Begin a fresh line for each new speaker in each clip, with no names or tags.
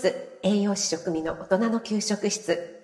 ス栄養士食味の大人の給食室。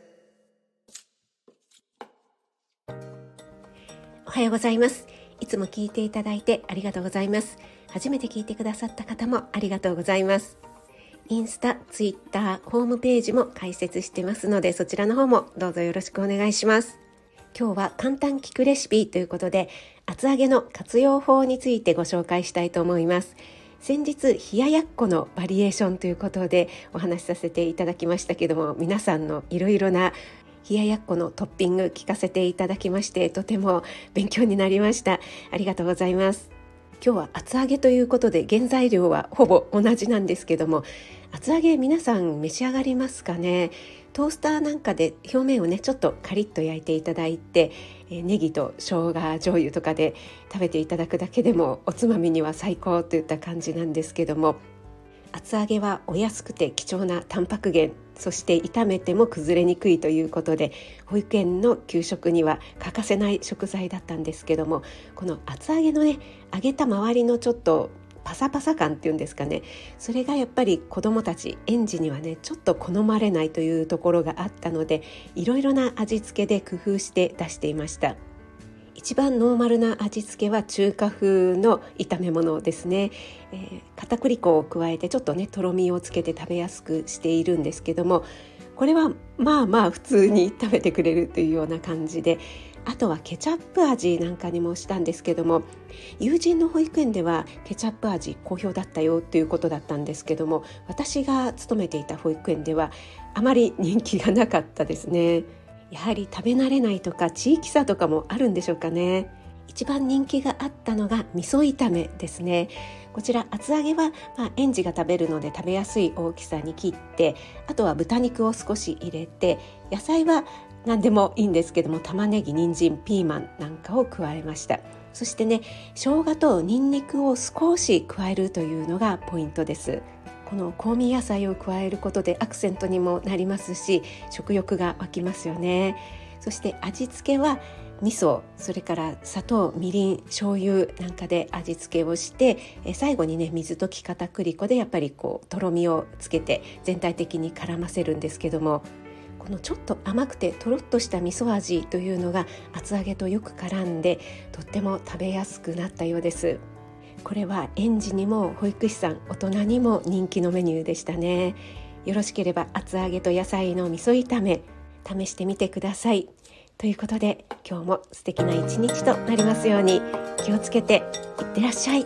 おはようございます。いつも聞いていただいてありがとうございます。初めて聞いてくださった方もありがとうございます。インスタ、ツイッター、ホームページも開設してますので、そちらの方もどうぞよろしくお願いします。今日は簡単聞くレシピということで、厚揚げの活用法についてご紹介したいと思います。先日冷ややっこのバリエーションということでお話しさせていただきましたけども、皆さんのいろいろな冷ややっこのトッピング聞かせていただきまして、とても勉強になりました。ありがとうございます。今日は厚揚げということで、原材料はほぼ同じなんですけども、厚揚げ皆さん召し上がりますかね。トースターなんかで表面をねちょっとカリッと焼いていただいて、ネギと生姜醤油とかで食べていただくだけでもおつまみには最高といった感じなんですけども、厚揚げはお安くて貴重なタンパク源、そして炒めても崩れにくいということで、保育園の給食には欠かせない食材だったんですけども、この厚揚げのね揚げた周りのちょっとパサパサ感っていうんですかね、それがやっぱり子どもたち園児にはねちょっと好まれないというところがあったので、いろいろな味付けで工夫して出していました。一番ノーマルな味付けは中華風の炒め物ですね。片栗粉を加えてちょっとねとろみをつけて食べやすくしているんですけども、これはまあ普通に食べてくれるというような感じで、あとはケチャップ味なんかにもしたんですけども、友人の保育園ではケチャップ味好評だったよということだったんですけども、私が勤めていた保育園ではあまり人気がなかったですね。やはり食べ慣れないとか地域差とかもあるんでしょうかね。一番人気があったのが味噌炒めですね。こちら厚揚げは、園児が食べるので食べやすい大きさに切って、あとは豚肉を少し入れて、野菜は何でもいいんですけども、玉ねぎ、人参、ピーマンなんかを加えました。そしてね、生姜とニンニクを少し加えるというのがポイントです。この香味野菜を加えることでアクセントにもなりますし、食欲が湧きますよね。そして味付けは味噌、それから砂糖、みりん、醤油なんかで味付けをして、最後にね水溶き片栗粉でやっぱりとろみをつけて全体的に絡ませるんですけども、このちょっと甘くてとろっとした味噌味というのが厚揚げとよく絡んで、とっても食べやすくなったようです。これは園児にも保育士さん、大人にも人気のメニューでしたね。よろしければ厚揚げと野菜の味噌炒め試してみてください。ということで、今日も素敵な一日となりますように。気をつけていってらっしゃい。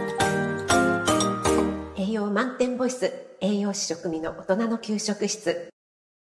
栄養満点ボイス栄養士食味の大人の給食室。